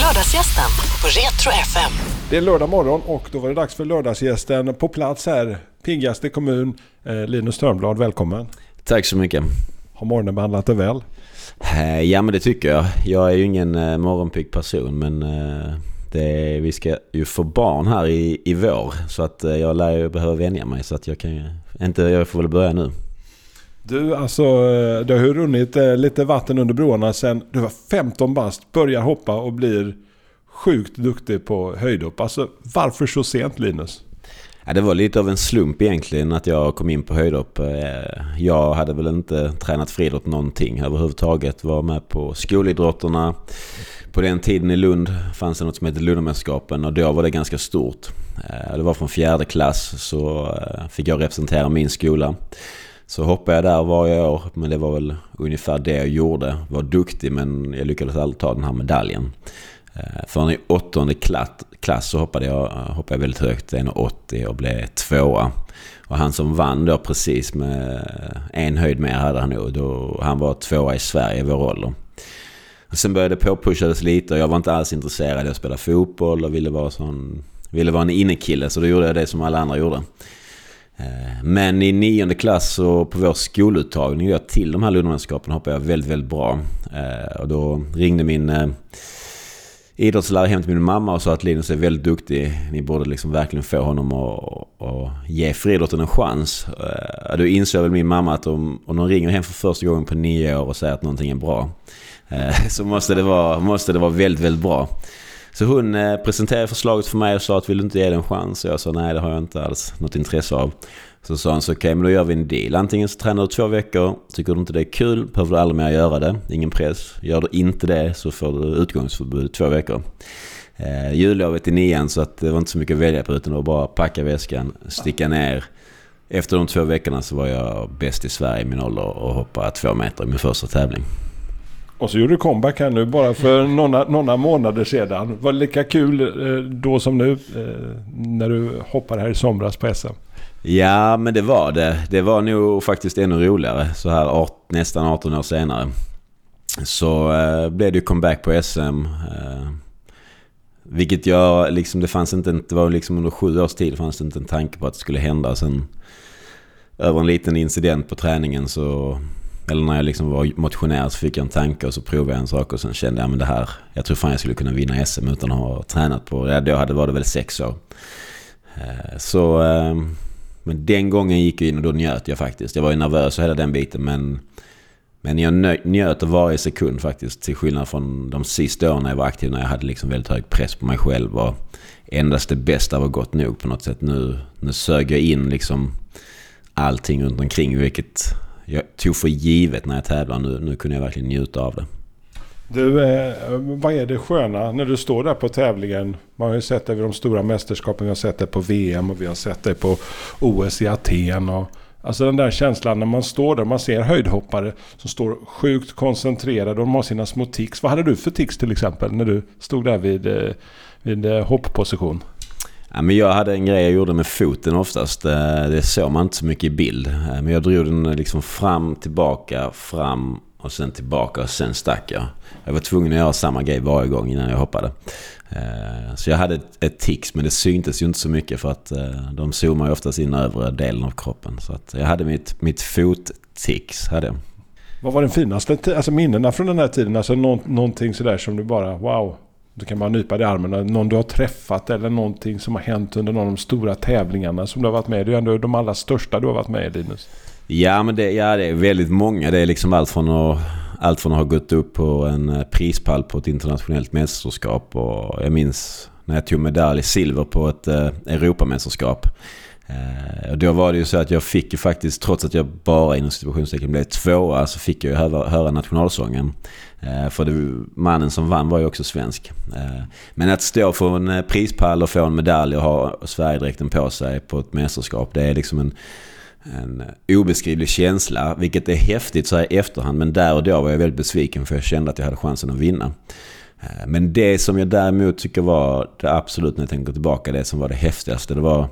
Lördagsgästen på Retro FM. Det är lördag morgon och då var det dags för lördagsgästen på plats här. Piggaste kommun, Linus Törnblad, välkommen. Tack så mycket. Har morgonen behandlat dig väl? Ja, men det tycker jag. Jag är ju ingen morgonpigg person, men vi ska ju få barn här i vår, så att jag lär ju behöva vänja mig, så att jag får väl börja nu. Du, alltså, det har ju runnit lite vatten under broarna sen du var 15 bast, börjar hoppa och blir sjukt duktig på höjdhopp. Alltså, varför så sent, Linus? Ja, det var lite av en slump egentligen att jag kom in på höjdhopp. Jag hade väl inte tränat friidrott någonting överhuvudtaget. Var med på skolidrotterna. På den tiden i Lund fanns det något som heter Lundamästerskapen, och då var det ganska stort. Det var från 4:e klass, så fick jag representera min skola. Så hoppade jag där varje år, men det var väl ungefär det jag gjorde. Var duktig, men jag lyckades aldrig ta den här medaljen. För i 8:e klass så hoppade jag väldigt högt, 1,80, och blev 2:a. Och han som vann då precis med en höjd mer hade han nog. Han var 2:a i Sverige i vår ålder. Och sen började det påpushades lite, och jag var inte alls intresserad av att spela fotboll och ville vara en innekille, så då gjorde jag det som alla andra gjorde. Men i 9:e klass och på vår skoluttagning till de här Lundamästerskapen hoppade jag väldigt, väldigt bra. Och då ringde min idrottslärare hem till min mamma och sa att Linus är väldigt duktig. Ni borde liksom verkligen få honom att ge friidrotten en chans. Då insåg väl min mamma att om de ringer hem för första gången på 9 år och säger att någonting är bra, så måste det vara väldigt, väldigt bra. Så hon presenterade förslaget för mig och sa att vill du inte ge det en chans? Och jag sa nej, det har jag inte alls något intresse av. Så sa han så okej, men då gör vi en deal. Antingen så tränar du 2 veckor, tycker du inte det är kul, behöver du aldrig mer göra det, ingen press. Gör du inte det så får du utgångsförbud 2 veckor. Jullovet i 9:an, så att det var inte så mycket att välja på, utan det var bara packa väskan, sticka ner. Efter de 2 veckorna så var jag bäst i Sverige i min ålder och hoppade 2 meter i min första tävling. Och så gjorde du comeback här nu bara för några månader sedan. Var det lika kul då som nu när du hoppar här i somras på SM? Ja, men det var det. Det var nog faktiskt ännu roligare så här nästan 18 år senare. Så blev det ju comeback på SM. Vilket jag liksom, det var liksom under 7 års tid fanns det inte en tanke på att det skulle hända. Sen över en liten incident på träningen eller när jag liksom var motionär, så fick jag en tanke och så provade jag en sak och sen kände jag, men det här, jag tror fan jag skulle kunna vinna SM utan att ha tränat på det. Då var det väl 6 år. Men den gången gick jag in och då njöt jag faktiskt. Jag var ju nervös och hela den biten, men jag njöt av varje sekund faktiskt, till skillnad från de sista åren när jag var aktiv, när jag hade liksom väldigt hög press på mig själv och endast det bästa var gott nog på något sätt. Nu sög jag in liksom allting runt omkring, vilket jag tog för givet när jag tävlar. Nu kunde jag verkligen njuta av det. Du, vad är det sköna när du står där på tävlingen? Man har ju sett det vid de stora mästerskapen, vi har sett det på VM och vi har sett det på OS i Aten. Alltså den där känslan när man står där, man ser höjdhoppare som står sjukt koncentrerade och de har sina små tics. Vad hade du för tics till exempel när du stod där vid hoppposition? Ja, men jag hade en grej jag gjorde med foten oftast. Det såg man inte så mycket i bild. Men jag drog den liksom fram och sen tillbaka och sen stack jag. Jag var tvungen att göra samma grej varje gång innan jag hoppade. Så jag hade ett tics, men det syntes ju inte så mycket för att de zoomar ju oftast in övre delen av kroppen. Så att jag hade mitt fottics. Vad var den finaste minnena från den här tiden? Alltså någonting sådär som du bara, wow, du kan bara nypa dig i armen. Någon du har träffat eller någonting som har hänt under någon av de stora tävlingarna som du har varit med i. Det är ändå de allra största du har varit med i, Linus. Ja, men det är väldigt många. Det är liksom allt från att ha gått upp på en prispall på ett internationellt mästerskap. Och jag minns när jag tog medalj i silver på ett Europamästerskap. Då var det ju så att jag fick ju faktiskt, trots att jag bara inom situationstecken blev 2:a, så fick jag ju höra nationalsången. För mannen som vann var ju också svensk. Men att stå för en prispall och få en medalj och ha Sverigedräkten på sig på ett mästerskap, det är liksom en obeskrivlig känsla, vilket är häftigt så här i efterhand, men där och då var jag väldigt besviken för jag kände att jag hade chansen att vinna. Men det som jag däremot tycker var det absolut, när jag tänker tillbaka, det som var det häftigaste, det var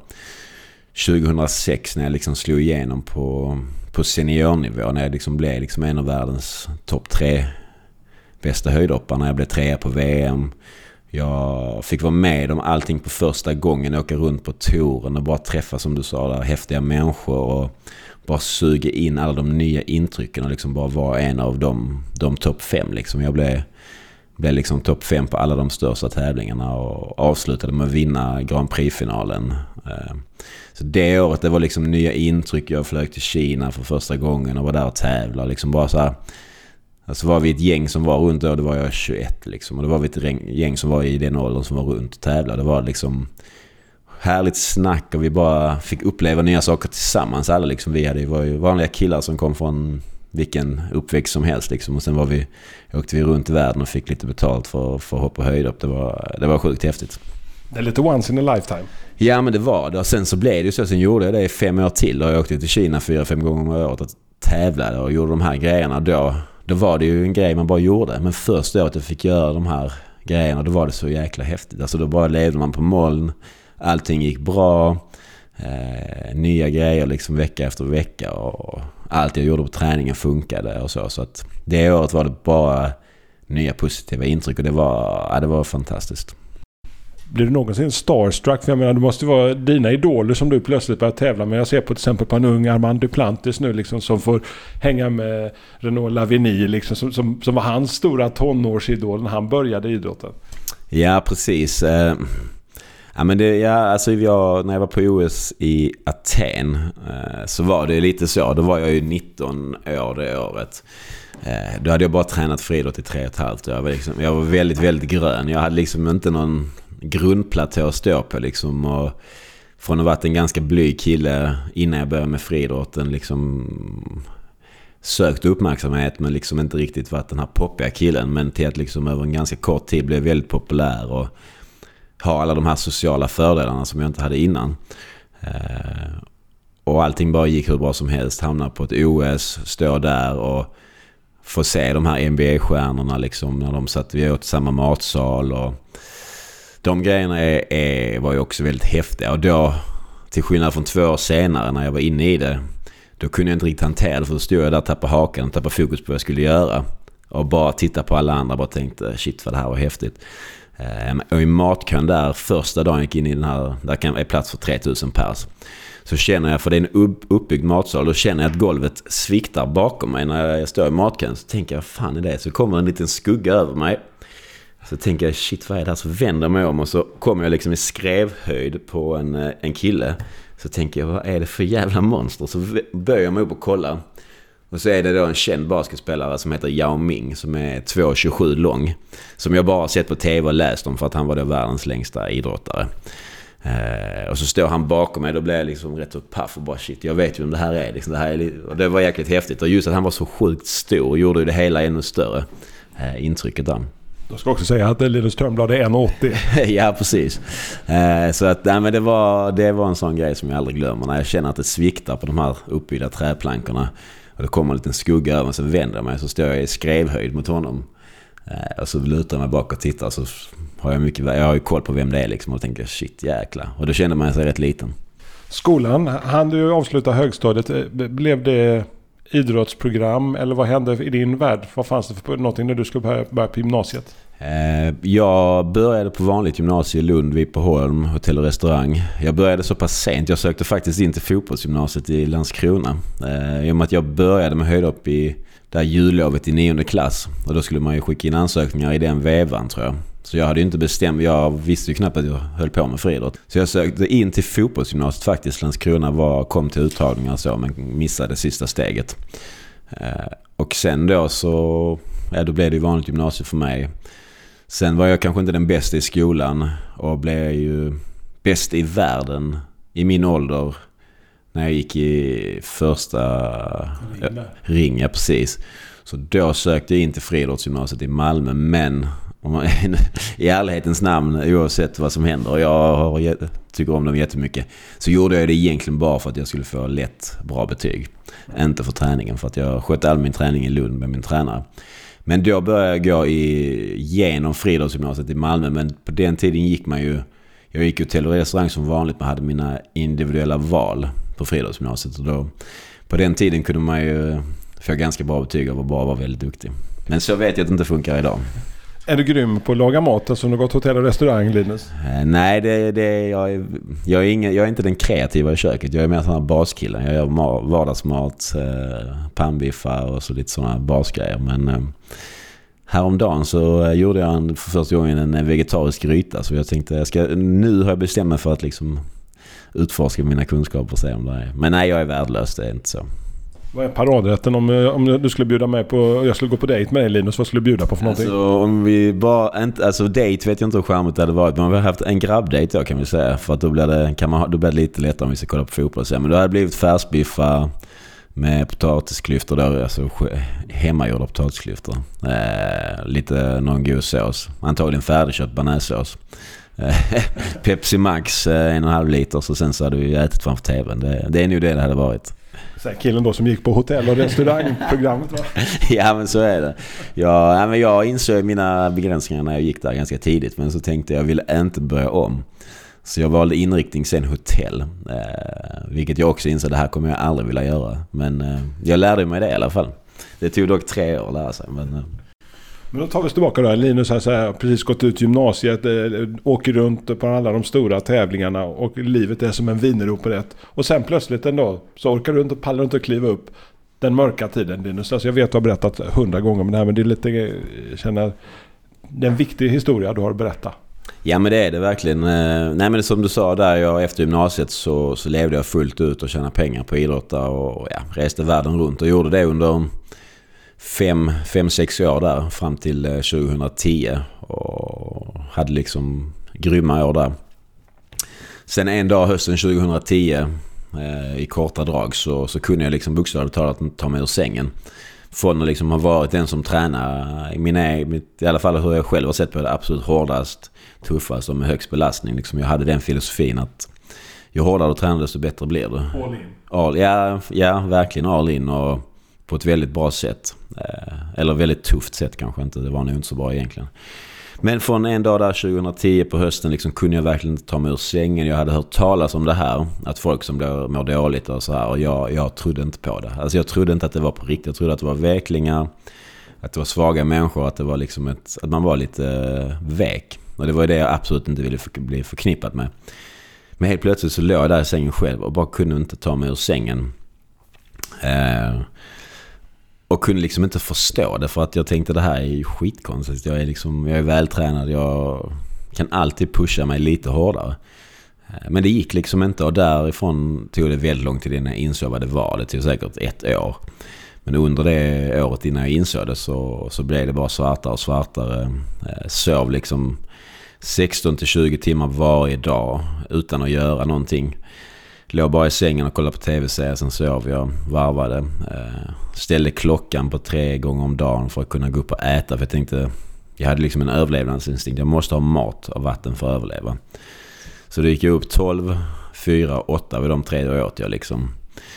2006 när jag liksom slog igenom på seniornivå, när jag liksom blev liksom en av världens topp 3 bästa höjdhoppare, när jag blev 3 på VM. Jag fick vara med om allting på första gången, åka runt på touren och bara träffa, som du sa där, häftiga människor och bara suga in alla de nya intrycken och liksom bara vara en av de topp 5 liksom. Jag blev liksom topp 5 på alla de största tävlingarna och avslutade med att vinna Grand Prix-finalen. Så det året, det var liksom nya intryck. Jag flög till Kina för första gången och var där och tävlade. Liksom bara så här. Alltså var vi ett gäng som var runt då, det var jag 21 liksom. Och det var vi ett gäng som var i den åldern som var runt och tävlade. Det var liksom härligt snack och vi bara fick uppleva nya saker tillsammans. Alla liksom, vi var ju vanliga killar som kom från vilken uppväxt som helst liksom. Och sen åkte vi runt i världen och fick lite betalt för att hoppa höjdhopp. Det var sjukt häftigt. Det är lite once in a lifetime. Ja, men det var det. Och sen så blev det ju så. Sen gjorde jag det i 5 år till. Och jag åkte till Kina 4-5 gånger om året och tävlade och gjorde de här grejerna. Då var det ju en grej man bara gjorde. Men först då att jag fick göra de här grejerna, då var det så jäkla häftigt. Alltså då bara levde man på moln. Allting gick bra. Nya grejer liksom vecka efter vecka. Och allt jag gjorde på träningen funkade och så. Så att det året var det bara nya positiva intryck. Och det var fantastiskt. Blir du någonsin starstruck? För jag menar, det måste vara dina idoler som du plötsligt börjar tävla med. Jag ser på till exempel på en ung Armand Duplantis nu liksom, som får hänga med Renaud Lavigny liksom, som var hans stora tonårsidol när han började idrotten. Ja, precis. Ja, men när jag var på OS i Aten så var det lite så. Då var jag ju 19 år det året. Då hade jag bara tränat friidrott i 3,5 år. Jag var väldigt, väldigt grön. Jag hade liksom inte någon grundplatå att stå på liksom, och från att ha varit en ganska blyg kille innan jag började med friidrotten liksom sökt uppmärksamhet men liksom inte riktigt varit den här poppiga killen, men till att liksom över en ganska kort tid blev väldigt populär och ha alla de här sociala fördelarna som jag inte hade innan. Och allting bara gick hur bra som helst. Hamna på ett OS, stå där och få se de här NBA-stjärnorna liksom, när de satt vi åt samma matsal, och de grejerna var ju också väldigt häftiga. Och då, till skillnad från 2 år senare när jag var inne i det, då kunde jag inte riktigt hantera det, för då stod jag där och tappade hakan och tappade fokus på vad jag skulle göra och bara titta på alla andra och bara tänkte shit vad det här var häftigt. Och i matkön där, första dagen jag gick in i den här, där kan vara plats för 3000 pers, så känner jag, för det är en uppbyggd matsal, då känner jag att golvet sviktar bakom mig när jag står i matkön. Så tänker jag, fan är det? Så kommer en liten skugga över mig. Så tänker jag, shit vad är det här? Så vänder jag mig om och så kommer jag liksom i skrevhöjd på en kille. Så tänker jag, vad är det för jävla monster? Så börjar jag mig upp och kolla. Och så är det då en känd basketspelare som heter Yao Ming, som är 2,27 lång. Som jag bara har sett på tv och läst om, för att han var då världens längsta idrottare. Och så står han bakom mig. Då blev jag liksom rätt så paff och bara shit, jag vet ju om det här är liksom, och det var jäkligt häftigt. Och just att han var så sjukt stor gjorde ju det hela ännu större intrycket där. Jag ska också säga att Linus Törnblad är 1,80. Ja, precis. Så att nej, men det var en sån grej som jag aldrig glömmer, när jag känner att det sviktar på de här uppbyggda träplankorna och det kommer en liten skugga över, så vänder jag mig, så står jag i skrevhöjd mot honom. Och så lutar jag mig bak och tittar, så har jag har ju koll på vem det är liksom, och tänker shit jäkla. Och då kände man sig rätt liten. Skolan, hann du avsluta högstadiet? Blev det idrottsprogram eller vad hände i din värld? Vad fanns det för någonting när du skulle börja på gymnasiet? Jag började på vanligt gymnasium i Lund, Vipeholm, hotell och restaurang. Jag började så pass sent. Jag sökte faktiskt in till fotbollsgymnasiet i Landskrona. I och med att jag började med höjdhopp i där jullovet i 9:e klass. Och då skulle man ju skicka in ansökningar i den vevan, tror jag. Så jag hade ju inte bestämt, jag visste ju knappt att jag höll på med friidrott. Så jag sökte in till fotbollsgymnasiet faktiskt. Landskrona kom till uttagningar så, men missade sista steget. Och sen då så, då blev det ju vanligt gymnasium för mig. Sen var jag kanske inte den bästa i skolan och blev ju bäst i världen i min ålder när jag gick i första ring, ja, precis. Så då sökte jag in till friidrottsgymnasiet i Malmö, men i ärlighetens namn, oavsett vad som händer, och jag tycker om dem jättemycket, så gjorde jag det egentligen bara för att jag skulle få lätt bra betyg, inte för träningen, för att jag skötte all min träning i Lund med min tränare. Men då började jag gå genom friidrottsgymnasiet i Malmö, men på den tiden jag gick ju till restaurang som vanligt, men hade mina individuella val på friidrottsgymnasiet, och då på den tiden kunde man ju få ganska bra betyg och bara vara väldigt duktig. Men så vet jag att det inte funkar idag. Är du grym på att laga mat som du gått hotell och restaurang, Linus? Nej, jag är inte den kreativa i köket. Jag är mer sån här baskillen. Jag gör vardagsmat, pannbiffar och så lite såna basgrejer. Men häromdagen så gjorde jag för första gången en vegetarisk gryta. Så jag tänkte, nu har jag bestämt mig för att liksom utforska mina kunskaper och se om det är. Men nej, jag är värdelös, det är inte så. Vad är paradrätten om du skulle bjuda mig på... Jag skulle gå på dejt med dig, Linus. Vad skulle du bjuda på för någonting? Alltså, om vi bara... Alltså, dejt vet jag inte hur charmigt det hade varit. Men vi har haft en grabbdejt då, kan vi säga. För att då blir det lite lättare om vi ska kolla på fotboll. Men då hade det blivit färsbiffar med potatisklyftor då. Alltså hemmagjorda potatisklyftor. Någon god sås. Antagligen färdigkött banässås. Pepsi Max 1,5 liter. Så sen så hade vi ätit framför tvn. Det är nu det hade varit. Så killen då som gick på hotell- och restaurangprogrammet, va? Ja, men så är det. Jag insåg mina begränsningar när jag gick där ganska tidigt. Men så tänkte jag ville inte börja om. Så jag valde inriktning sen hotell. Vilket jag också insåg, det här kommer jag aldrig vilja göra. Men jag lärde mig det i alla fall. Det tog dock 3 år att lära sig. Men då tar vi tillbaka då. Linus har precis gått ut gymnasiet, åker runt på alla de stora tävlingarna och livet är som en wieneroperett. Och sen plötsligt en dag så orkar du inte, pallar du inte att kliva upp den mörka tiden, Linus. Alltså jag vet att du har berättat 100 gånger om det här, men det är lite, det är en viktig historia du har att berätta. Ja, men det är det verkligen. Nej, men som du sa där, efter gymnasiet så levde jag fullt ut och tjänade pengar på idrotta och reste världen runt och gjorde det under 5-6 år där fram till 2010 och hade liksom grymma år där. Sen en dag hösten 2010 i korta drag så kunde jag liksom bokstavligt talat ta mig ur sängen. Från att liksom ha varit den som tränar i alla fall hur jag själv har sett på det absolut hårdast, tuffast och med högst belastning. Liksom jag hade den filosofin att ju hårdare du tränar desto bättre blir du. All in. Ja, verkligen all in och på ett väldigt bra sätt. Eller väldigt tufft sätt kanske inte. Det var nog inte så bra egentligen. Men från en dag där 2010 på hösten liksom kunde jag verkligen inte ta mig ur sängen. Jag hade hört talas om det här. Att folk som mår dåligt och så här. Och jag trodde inte på det. Alltså jag trodde inte att det var på riktigt. Jag trodde att det var väklingar. Att det var svaga människor. Att det var liksom att man var lite väk. Och det var det jag absolut inte ville bli förknippat med. Men helt plötsligt så låg jag där i sängen själv. Och bara kunde inte ta mig ur sängen. Och kunde liksom inte förstå det för att jag tänkte det här är ju skitkonstigt. Jag är vältränad, jag kan alltid pusha mig lite hårdare. Men det gick liksom inte och därifrån tog det väldigt lång tid innan jag insåg vad det var. Det tog säkert 1 år. Men under det året innan jag insåg det så blev det bara svartare och svartare. Sov liksom 16-20 timmar varje dag utan att göra någonting. Låg bara i sängen och kollade på tv-serier, sen sov jag, varvade. Ställde klockan på 3 gånger om dagen för att kunna gå upp och äta. För jag tänkte, jag hade liksom en överlevnadsinstinkt. Jag måste ha mat och vatten för att överleva. Så det gick jag upp 12, 4, 8 vid de 3 år åt jag liksom.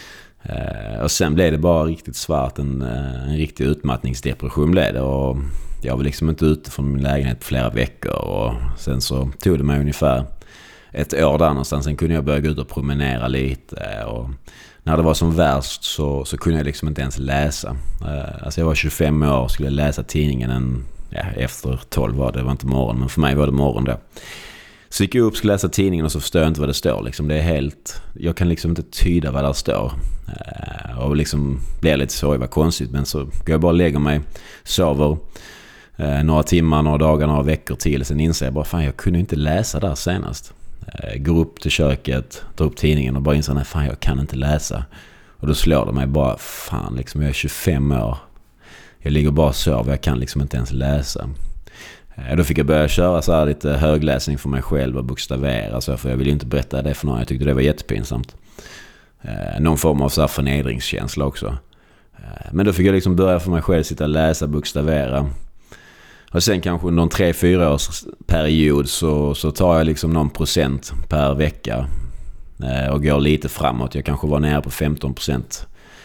Och sen blev det bara riktigt svart. En riktig utmattningsdepression blev det. Och jag var liksom inte ute från min lägenhet på flera veckor. Och sen så tog det mig ungefär 1 år där någonstans. Sen kunde jag börja gå ut och promenera lite. Och när det var som värst så kunde jag liksom inte ens läsa. Alltså jag var 25 år och skulle läsa tidningen efter 12 var det var inte morgon. Men för mig var det morgon då. Så gick jag upp och skulle läsa tidningen och så förstår jag inte vad det står. Liksom, det är helt... Jag kan liksom inte tyda vad det står. Och liksom blir lite så, vad konstigt. Men så går jag bara och lägger mig, sover några timmar, några dagar, några veckor till. Sen inser jag bara, fan jag kunde inte läsa där senast. Går upp till köket, tar upp tidningen och bara inser, nej fan jag kan inte läsa. Och då slår det mig bara, fan liksom, jag är 25 år. Jag ligger bara och sover, jag kan liksom inte ens läsa. Då fick jag börja köra så här lite högläsning för mig själv och bokstavera så, för jag ville inte berätta det för någon. Jag tyckte det var jättepinsamt. Någon form av så här förnedringskänsla också. Men då fick jag liksom börja för mig själv sitta och läsa, bokstavera. Och sen kanske under en 3-4 års period så tar jag liksom någon procent per vecka och går lite framåt. Jag kanske var nere på 15%.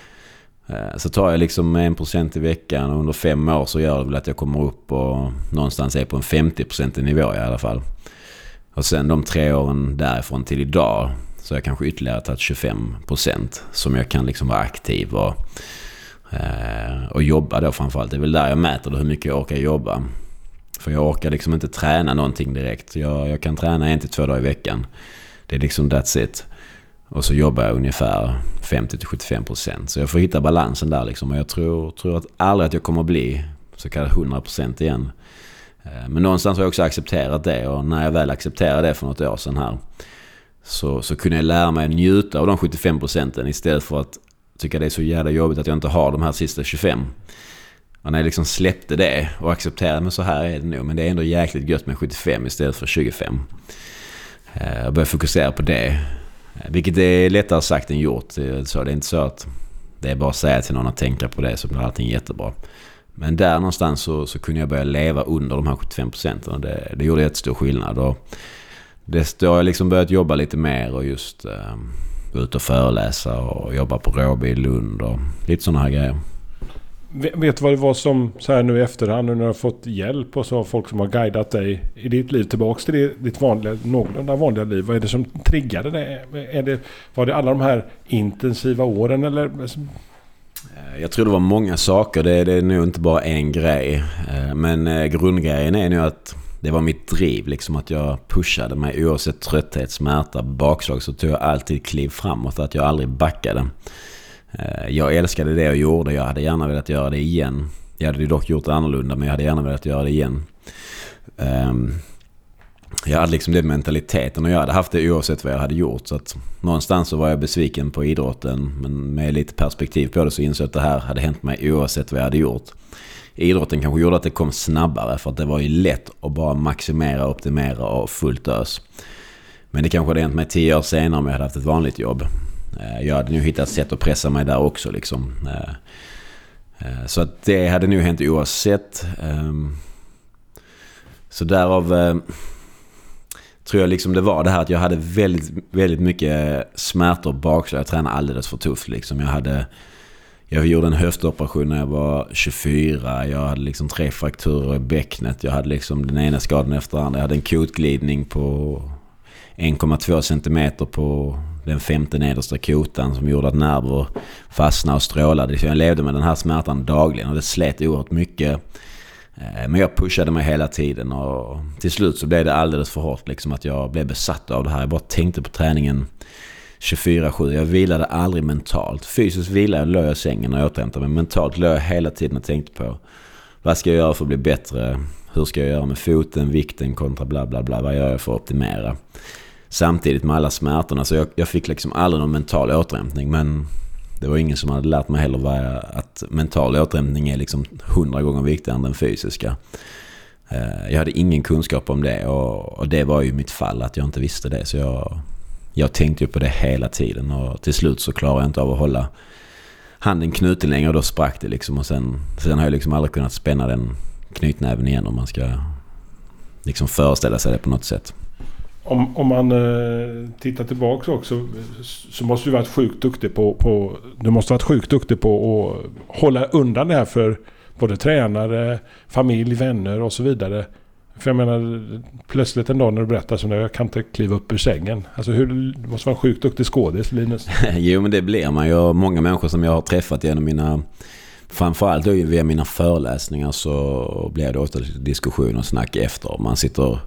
Så tar jag liksom 1% i veckan och under 5 år så gör det väl att jag kommer upp och någonstans är på en 50% nivå i alla fall. Och sen de 3 åren därifrån till idag så har jag kanske ytterligare tagit 25% som jag kan liksom vara aktiv och jobba då framförallt. Det är väl där jag mäter hur mycket jag orkar jobba. För jag orkar liksom inte träna någonting direkt. Jag kan träna 1 till 2 dagar i veckan. Det är liksom that's it. Och så jobbar jag ungefär 50-75%. Så jag får hitta balansen där liksom. Och jag tror att aldrig att jag kommer att bli så kallad 100% igen. Men någonstans har jag också accepterat det. Och när jag väl accepterade det för något år sedan här, så kunde jag lära mig att njuta av de 75% istället för att tycka det är så jävla jobbigt att jag inte har de här sista 25. Och när jag liksom släppte det och accepterade, men så här är det nog. Men det är ändå jäkligt gött med 75 istället för 25. Jag börjar fokusera på det. Vilket är lättare sagt än gjort. Så det är inte så att det är bara att säga till någon att tänka på det så blir allting jättebra. Men där någonstans så kunde jag börja leva under de här 75%. Och det gjorde jättestor skillnad. Och det har jag liksom börjat jobba lite mer och just gå ut och föreläsa och jobba på Råby i Lund och lite sådana här grejer. Vet du vad det var som så här nu i efterhand, när du har fått hjälp och så folk som har guidat dig i ditt liv tillbaks till ditt någorlunda vanliga liv? Vad är det som triggade det? Var det alla de här intensiva åren eller? Jag tror det var många saker. Det är nog inte bara en grej. Men grundgrejen är nu att det var mitt driv, liksom att jag pushade mig oavsett trötthet, smärta, bakslag, så tog jag alltid kliv framåt, att jag aldrig backade. Jag älskade det jag gjorde. Jag hade gärna velat göra det igen. Jag hade ju dock gjort det annorlunda, men jag hade gärna velat göra det igen. Jag hade liksom den mentaliteten och jag hade haft det oavsett vad jag hade gjort. Så att någonstans så var jag besviken på idrotten, men med lite perspektiv på det så insåg jag att det här hade hänt mig oavsett vad jag hade gjort. Idrotten kanske gjorde att det kom snabbare, för att det var ju lätt att bara maximera, optimera och fullt ös. Men det kanske hade hänt mig 10 år senare om jag hade haft ett vanligt jobb. Jag hade nu hittat sätt att pressa mig där också liksom. Så att det hade nu hänt oavsett. Så därav tror jag liksom det var det här att jag hade väldigt, väldigt mycket smärtor bak, så jag tränade alldeles för tufft liksom. Jag gjorde en höftoperation när jag var 24. Jag hade liksom 3 frakturer i bäcknet. Jag hade liksom den ena skadan efter andra. Jag hade en kotglidning på 1,2 centimeter på den 5:e nedersta kotan som gjorde att nerver fastnade och strålade. Så jag levde med den här smärtan dagligen och det slet oerhört mycket. Men jag pushade mig hela tiden och till slut så blev det alldeles för hårt liksom, att jag blev besatt av det här. Jag bara tänkte på träningen 24/7. Jag vilade aldrig mentalt. Fysiskt vilade jag, låg jag i sängen och återhämtade mig. Mentalt låg jag hela tiden och tänkte på vad ska jag göra för att bli bättre? Hur ska jag göra med foten, vikten kontra bla bla bla? Vad gör jag för att optimera? Samtidigt med alla smärtorna. Så jag fick liksom aldrig någon mental återhämtning. Men det var ingen som hade lärt mig heller att mental återhämtning är liksom 100 gånger viktigare än den fysiska. Jag hade ingen kunskap om det. Och det var ju mitt fall att jag inte visste det. Så jag tänkte ju på det hela tiden. Och till slut så klarade jag inte av att hålla handen knuten längre. Och då sprack det liksom. Och sen har jag liksom aldrig kunnat spänna den knytnäven igen, om man ska liksom föreställa sig det på något sätt. Om man tittar tillbaka också, så måste du varit sjukt duktig på du måste varit sjukt duktig på att hålla undan det här för både tränare, familj, vänner och så vidare. För jag menar, plötsligt en dag när du berättar så, jag kan inte kliva upp ur sängen. Alltså du måste vara en sjukt duktig skådis, Linus. Jo, men det blir man ju. Många människor som jag har träffat genom mina, framförallt via mina föreläsningar, så blir det ofta diskussion och snack efter. Man sitter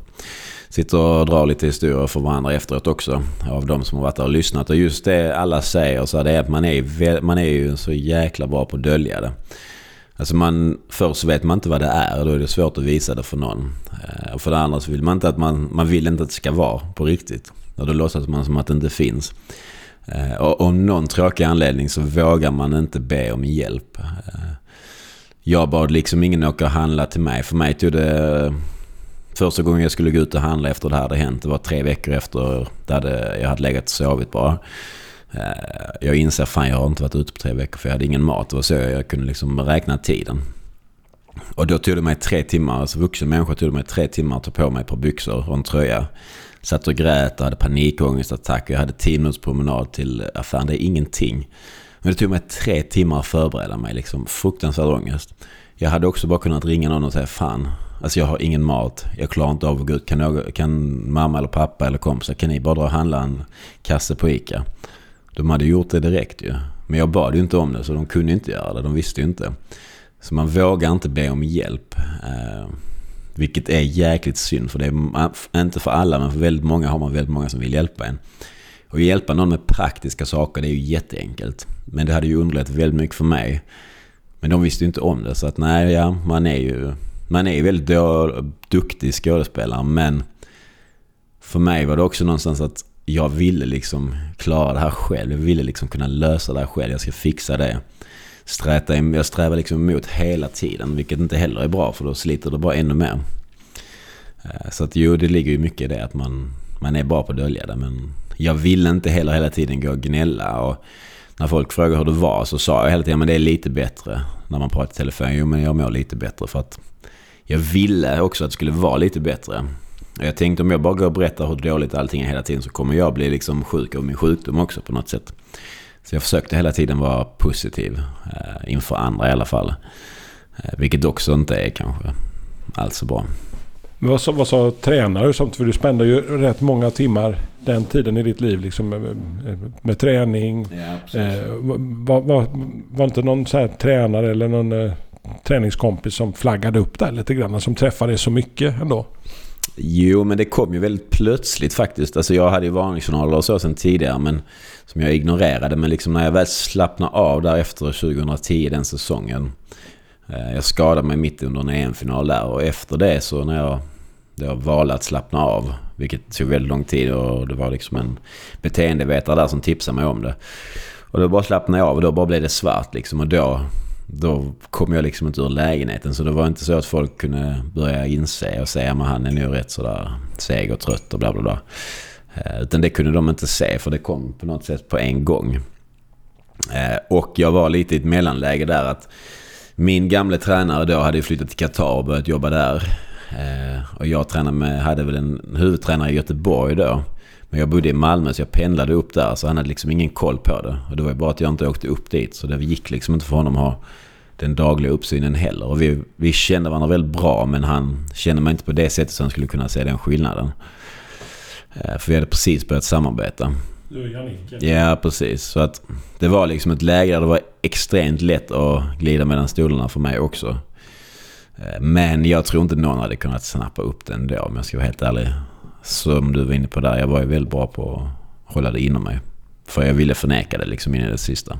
och drar lite historier för varandra efteråt också, av de som har varit där och lyssnat. Och just det alla säger så är att man är ju så jäkla bra på att dölja det. Alltså först vet man inte vad det är, och då är det svårt att visa det för någon. Och för det andra så vill man inte att man vill inte att det ska vara på riktigt. Och då låtsas man som att det inte finns. Och om någon tråkig anledning så vågar man inte be om hjälp. Jag bad liksom ingen åka och handla till mig. För mig tog det... Första gången jag skulle gå ut och handla efter det här hade hänt, det var 3 veckor efter jag hade legat och sovit bara. Jag inser, jag har inte varit ute på 3 veckor för jag hade ingen mat. Det var så jag kunde liksom räkna tiden. Och då tog det mig 3 timmar, alltså vuxen människa tog det mig 3 timmar att ta på mig ett par byxor och en tröja. Satt och grät och hade panikångestattack. Jag hade 10 minuters promenad till affären, det är ingenting. Men det tog mig 3 timmar att förbereda mig, liksom fruktansvärd ångest. Jag hade också bara kunnat ringa någon och säga, alltså jag har ingen mat, jag klarar inte av att gå ut. Kan mamma eller pappa eller kompisar, kan ni bara dra och handla en kasse på Ica? De hade gjort det direkt ju. Men jag bad ju inte om det, så de kunde inte göra det. De visste ju inte. Så man vågar inte be om hjälp. Vilket är jäkligt synd, för det är inte för alla, men för väldigt många har man väldigt många som vill hjälpa en. Och hjälpa någon med praktiska saker, det är ju jätteenkelt. Men det hade ju underlättat väldigt mycket för mig. Men de visste ju inte om det, så att nej, ja, man är ju väldigt duktig skådespelare, men för mig var det också någonstans att jag ville liksom klara det här själv. Jag ville liksom kunna lösa det här själv. Jag ska fixa det. Jag strävar liksom emot hela tiden, vilket inte heller är bra, för då sliter det bara ännu mer. Så att jo, det ligger ju mycket i det att man är bra på att dölja det, men jag ville inte heller hela tiden gå och gnälla. Och när folk frågade hur det var så sa jag hela tiden, men det är lite bättre. När man pratar i telefon, jo men jag mår lite bättre, för att jag ville också att det skulle vara lite bättre. Jag tänkte om jag bara går och berättar hur dåligt allting är hela tiden, så kommer jag bli liksom sjuk av min sjukdom också på något sätt. Så jag försökte hela tiden vara positiv inför andra i alla fall. Vilket också inte är kanske alls så bra. Men vad sa tränare? För du spände ju rätt många timmar den tiden i ditt liv liksom, med träning. Ja, var inte någon så här tränare eller någon träningskompis som flaggade upp där lite grann, som träffade så mycket ändå? Jo, men det kom ju väldigt plötsligt faktiskt. Alltså jag hade ju varningsjournaler och så sen tidigare, men som jag ignorerade. Men liksom när jag väl slappnade av där efter 2010, den säsongen. Jag skadade mig mitt under en EM-final där, och efter det så när jag valde att slappna av, vilket tog väldigt lång tid, och det var liksom en beteendevetare där som tipsade mig om det. Och då bara slappnade jag av, och då bara blev det svart liksom, och då kom jag liksom inte ur lägenheten. Så det var inte så att folk kunde börja inse och säga att han är nu rätt sådär seg och trött och bla bla bla. Utan det kunde de inte se, för det kom på något sätt på en gång. Och jag var lite i ett mellanläge där, att min gamla tränare då hade flyttat till Qatar och börjat jobba där. Och jag hade väl en huvudtränare i Göteborg då. Men jag bodde i Malmö, så jag pendlade upp där, så han hade liksom ingen koll på det. Och det var ju bara att jag inte åkte upp dit, så det gick liksom inte för honom att ha den dagliga uppsynen heller. Och vi kände varandra väldigt bra, men han kände mig inte på det sättet så han skulle kunna se den skillnaden. För vi hade precis börjat samarbeta. Du och Jannicke. Ja, precis. Så att det var liksom ett läge där det var extremt lätt att glida mellan stolarna för mig också. Men jag tror inte någon hade kunnat snappa upp den då, om jag ska vara helt ärlig. Som du var inne på där, jag var ju väldigt bra på att hålla det inom mig. För jag ville förneka det liksom in i det sista.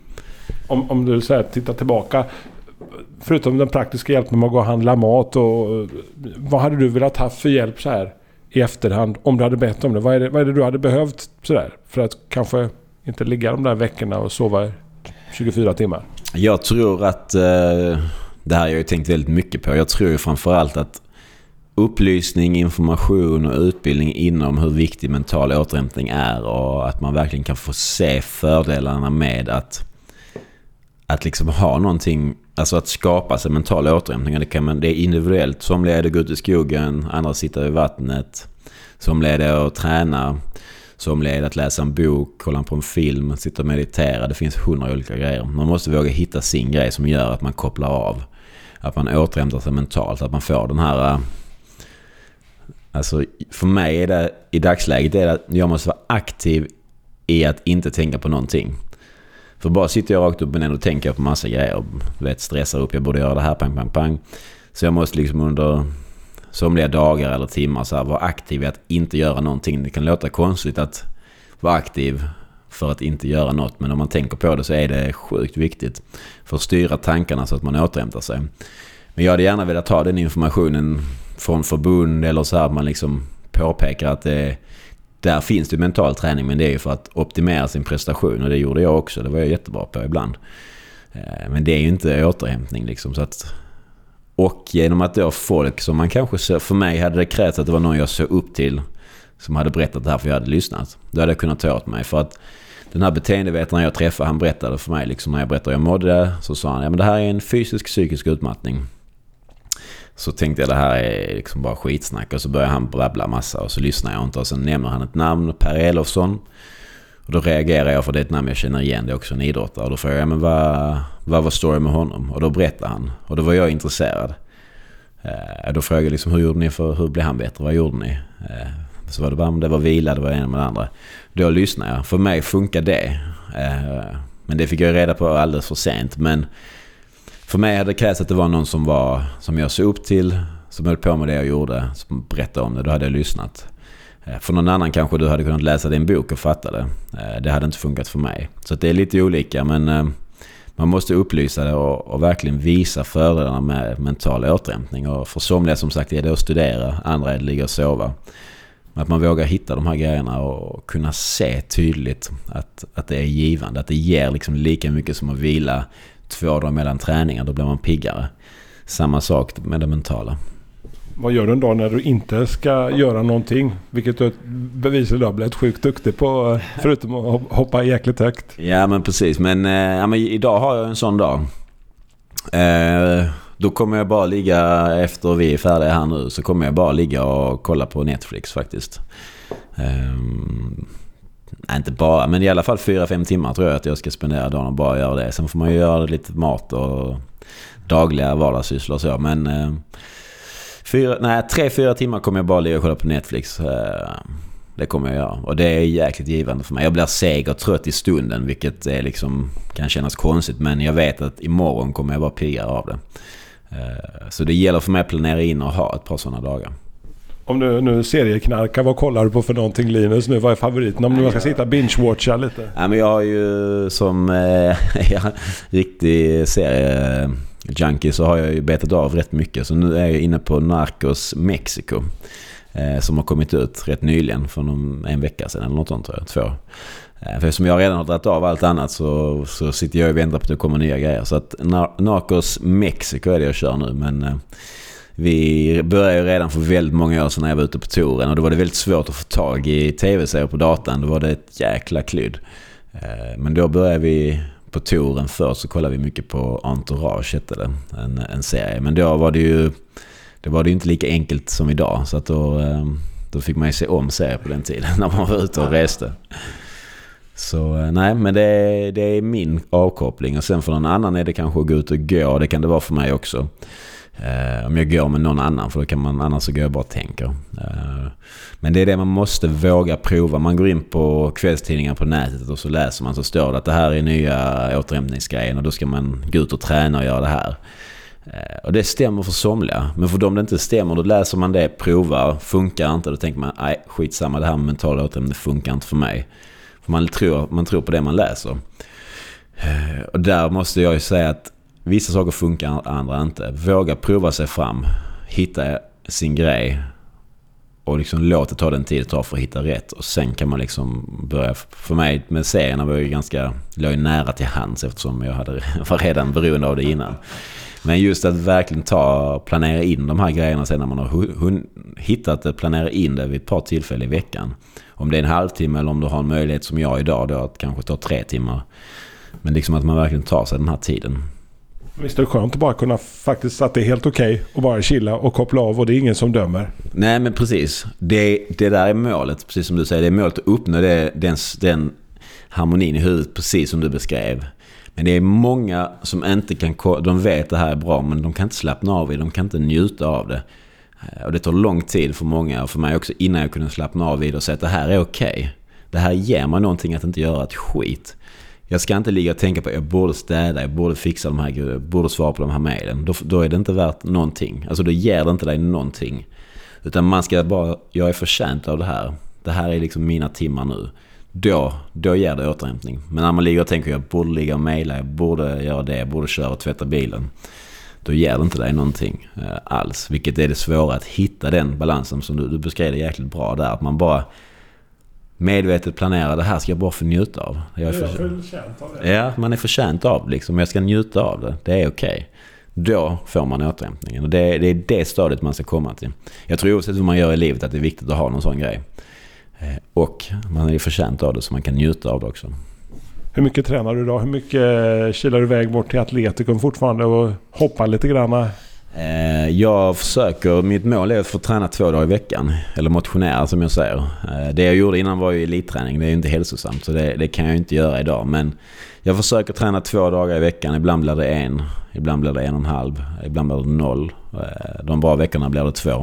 Om du så här, tittar tillbaka, förutom den praktiska hjälpen med att gå och handla mat, och vad hade du velat ha för hjälp så här i efterhand, om du hade bett om det? Vad är det du hade behövt så där, för att kanske inte ligga de där veckorna och sova 24 timmar? Jag tror att det här har jag ju tänkt väldigt mycket på. Jag tror ju framförallt att upplysning, information och utbildning inom hur viktig mental återhämtning är, och att man verkligen kan få se fördelarna med att liksom ha någonting, alltså att skapa sig mental återhämtning. Det är individuellt. Somliga är det gå ut i skogen, andra sitter i vattnet, somliga är det att träna, somliga är det att läsa en bok, kolla på en film, sitta och meditera. Det finns 100 olika grejer. Man måste våga hitta sin grej som gör att man kopplar av, att man återhämtar sig mentalt, att man får den här. Alltså för mig är det i dagsläget är det att jag måste vara aktiv i att inte tänka på någonting. För bara sitter jag rakt upp och ner och tänker på massa grejer, stressar upp, jag borde göra det här, pang, pang, pang. Så jag måste liksom under somliga dagar eller timmar så här vara aktiv i att inte göra någonting. Det kan låta konstigt att vara aktiv för att inte göra något, men om man tänker på det så är det sjukt viktigt för att styra tankarna så att man återhämtar sig. Men jag hade gärna velat ta den informationen från förbund eller så här, att man liksom påpekar att där finns det mental träning, men det är ju för att optimera sin prestation, och det gjorde jag också, det var jag jättebra på ibland. Men det är ju inte återhämtning liksom, så att, och genom att då folk som man kanske så, för mig hade det krävts att det var någon jag såg upp till som hade berättat det här, för jag hade lyssnat. Då hade jag kunnat ta åt mig, för att den här beteendevetaren jag träffade, han berättade för mig liksom, när jag berättade jag mådde, så sa han, ja men det här är en psykisk utmattning. Så tänkte jag, det här är liksom bara skitsnack, och så började han babbla massa, och så lyssnade jag inte, och sen nämner han ett namn, Per Elofsson, och då reagerar jag, för det är ett namn jag känner igen, det är också en idrottare, och då frågade jag, men vad var story med honom? Och då berättade han, och då var jag intresserad. Då frågade jag liksom, hur gjorde ni, hur blev han bättre, vad gjorde ni? Så var det bara, det var vila, det var en med det andra. Då lyssnade jag, för mig funkar det, men det fick jag reda på alldeles för sent. Men för mig hade det krävts att det var någon som jag såg upp till, som höll på med det jag gjorde, som berättade om det, då hade jag lyssnat. För någon annan kanske du hade kunnat läsa din bok och fatta det. Det hade inte funkat för mig. Så det är lite olika, men man måste upplysa det och verkligen visa fördelarna med mental återhämtning. Och för somliga som sagt är det att studera, andra är det att ligga och sova. Att man vågar hitta de här grejerna och kunna se tydligt att det är givande. Att det ger liksom lika mycket som att vila 2 dagar mellan träningar. Då blir man piggare. Samma sak med det mentala. Vad gör du en dag när du inte ska göra någonting? Vilket du bevisligen har blivit sjukt duktig på, förutom att hoppa jäkligt högt. Ja, men precis. Men idag har jag en sån dag. Då kommer jag bara ligga, efter vi är färdiga här nu, så kommer jag bara ligga och kolla på Netflix faktiskt. Inte bara, men i alla fall 4-5 timmar tror jag att jag ska spendera dagen och bara göra det. Sen får man ju göra lite mat och dagliga vardagssysslor och så. Men 3-4 timmar kommer jag bara ligga och kolla på Netflix. Det kommer jag göra. Och det är jäkligt givande för mig. Jag blir seg och trött i stunden, vilket är liksom, kan kännas konstigt. Men jag vet att imorgon kommer jag vara piggare av det. Så det gäller för mig att planera in och ha ett par sådana dagar. Om du nu serieknarkar, vad kollar du på för någonting, Linus? Nu, vad är favoriten? Om du ska sitta binge-watcha lite. Ja, men jag har ju som riktig serie-junkie så har jag ju betat av rätt mycket. Så nu är jag inne på Narcos Mexico. Som har kommit ut rätt nyligen för en vecka sedan eller något sånt, tror jag, 2. För som jag redan har dragit av allt annat så sitter jag och väntar på att det kommer nya grejer. Så att Narcos Mexico är det jag kör nu. Men vi började ju redan för väldigt många år sedan när jag var ute på touren. Och då var det väldigt svårt att få tag i tv-serier på datan. Då var det ett jäkla klydd. Men då började vi på touren först, så kollade vi mycket på Entourage, hette det. En serie. Men då var det ju inte lika enkelt som idag. Så att då fick man ju se om serier på den tiden när man var ute och reste. Så nej, men det är min avkoppling. Och sen för någon annan är det kanske att gå ut och gå. Det kan det vara för mig också. Om jag går med någon annan, för då kan man, annars så går jag bara och tänker. Men det är det man måste våga prova. Man går in på kvällstidningar på nätet och så läser man, så står det att det här är nya återhämtningsgrejen och då ska man gå ut och träna och göra det här. Och det stämmer för somliga. Men för dem det inte stämmer, då läser man det, provar, funkar inte. Då tänker man, nej, skitsamma, det här med mental återhämtning funkar inte för mig. För man tror på det man läser. Och där måste jag ju säga att vissa saker funkar, andra inte. Våga prova sig fram. Hitta sin grej. Och liksom låta ta den tid det tar för att hitta rätt. Och sen kan man liksom börja. För mig med serierna var jag ju låg nära till hands, eftersom jag var redan beroende av det innan. Men just att verkligen planera in de här grejerna sen när man har hittat det, planera in det vid ett par tillfällen i veckan. Om det är en halvtimme eller om du har en möjlighet som jag idag då, att kanske ta 3 timmar. Men liksom att man verkligen tar sig den här tiden. Visst är det skönt att bara kunna faktiskt, att det är helt okej och bara chilla och koppla av och det är ingen som dömer. Nej, men precis. Det där är målet, precis som du säger. Det är målet att uppnå den harmonin i huvudet, precis som du beskrev. Men det är många som inte kan, de vet det här är bra, men de kan inte slappna av i det, de kan inte njuta av det. Och det tar lång tid för många, och för mig också, innan jag kunde slappna av i det och säga att det här är okej. Det här ger mig någonting att inte göra ett skit. Jag ska inte ligga och tänka på att jag borde städa, jag borde fixa de här grejerna, jag borde svara på de här mejlen. Då är det inte värt någonting. Alltså då ger det inte dig någonting. Utan man ska bara, jag är förtjänt av det här. Det här är liksom mina timmar nu. Då ger det återhämtning. Men när man ligger och tänker jag borde ligga och mejla, jag borde göra det, jag borde köra och tvätta bilen. Då ger det inte dig någonting alls. Vilket är det svåra, att hitta den balansen som du beskrev det jäkligt bra där. Att man bara medvetet planerar, det här ska jag bara få njuta av. Jag är förtjänt av det. Ja, man är förtjänt av liksom. Jag ska njuta av det. Det är okej. Då får man återhämtningen. Och det är det stadiet man ska komma till. Jag tror oavsett vad man gör i livet att det är viktigt att ha någon sån grej. Och man är förtjänt av det så man kan njuta av det också. Hur mycket tränar du idag? Hur mycket kilar du iväg bort till Atletikum fortfarande och hoppar lite grann? Jag försöker, mitt mål är att få träna 2 dagar i veckan. Eller motionera som jag säger. Det jag gjorde innan var ju elitträning. Det är ju inte hälsosamt, så det kan jag inte göra idag. Men jag försöker träna 2 dagar i veckan. Ibland blir det 1, ibland blir det 1,5, ibland blir det 0. De bra veckorna blir det 2.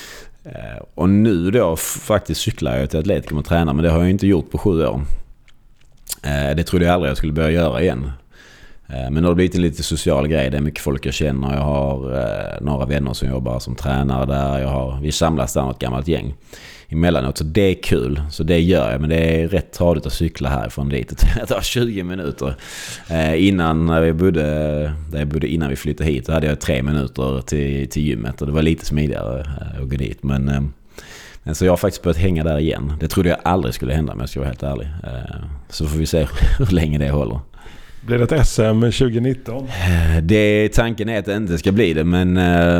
Och nu då faktiskt cyklar jag till Atletikum och tränar. Men det har jag inte gjort på 7 år. Det trodde jag aldrig jag skulle börja göra igen. Men det har blivit en lite social grej. Det är mycket folk jag känner. Jag har några vänner som jobbar som tränare där. Vi samlas där något gammalt gäng emellanåt. Så det är kul. Så det gör jag. Men det är rätt tradigt att cykla härifrån dit. Det tar 20 minuter. Innan vi flyttade hit så hade jag 3 minuter till gymmet. Och det var lite smidigare att gå dit. Men så jag har faktiskt börjat hänga där igen. Det trodde jag aldrig skulle hända, men jag ska vara helt ärlig. Så får vi se hur länge det håller. Blir det ett SM 2019? Tanken är att det inte ska bli det, men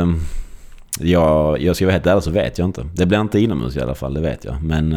jag ska vara helt ärlig så vet jag inte. Det blir inte inomhus i alla fall, det vet jag. Men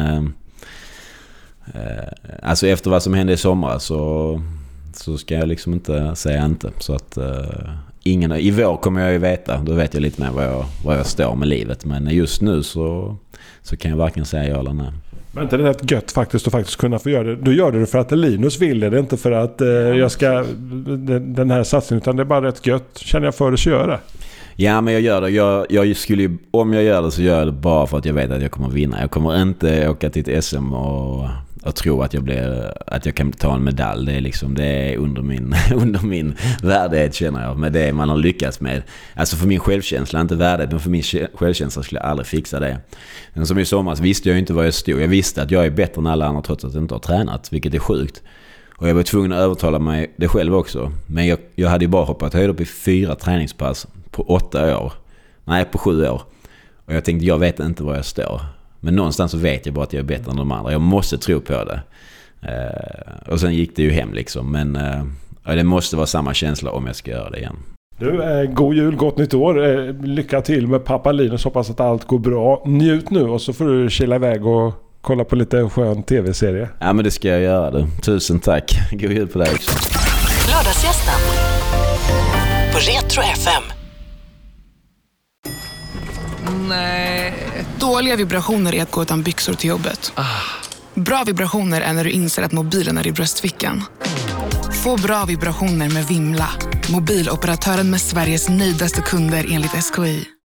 alltså efter vad som hände i somras så ska jag liksom inte säga inte. Så att i vår kommer jag ju veta. Då vet jag lite mer var jag står med livet. Men just nu så kan jag varken säga ja eller nej. Men inte det rätt gött faktiskt att faktiskt kunna få göra det. Du gör det för att Linus vill det. Det är inte för att jag ska den här satsningen, utan det är bara rätt gött. Känner jag för det så gör det. Ja, men jag gör det. Jag skulle, om jag gör det så gör jag det bara för att jag vet att jag kommer vinna. Jag kommer inte åka till ett SM och tro att jag kan ta en medalj. Det är under min värdighet, känner jag, med det man har lyckats med. Alltså för min självkänsla, inte värdighet, men för min självkänsla skulle jag aldrig fixa det. Men som i somras visste jag inte var jag stod. Jag visste att jag är bättre än alla andra trots att jag inte har tränat, vilket är sjukt. Och jag var tvungen att övertala mig det själv också. Men jag hade ju bara hoppat höjd upp i 4 träningspass på 8 år. Nej, på 7 år. Och jag tänkte, jag vet inte var jag står. Men någonstans så vet jag bara att jag är bättre än de andra. Jag måste tro på det. Och sen gick det ju hem liksom. Men det måste vara samma känsla om jag ska göra det igen. Du, god jul, gott nytt år. Lycka till med pappa Linus. Hoppas att allt går bra. Njut nu och så får du kila iväg och kolla på lite skön tv-serie. Ja, men det ska jag göra det. Tusen tack. God jul på dig också. Lördagsgästen på Retro FM. Nej. Dåliga vibrationer är att gå utan byxor till jobbet. Bra vibrationer är när du inser att mobilen är i bröstfickan. Få bra vibrationer med Vimla. Mobiloperatören med Sveriges nöjdaste kunder enligt SKI.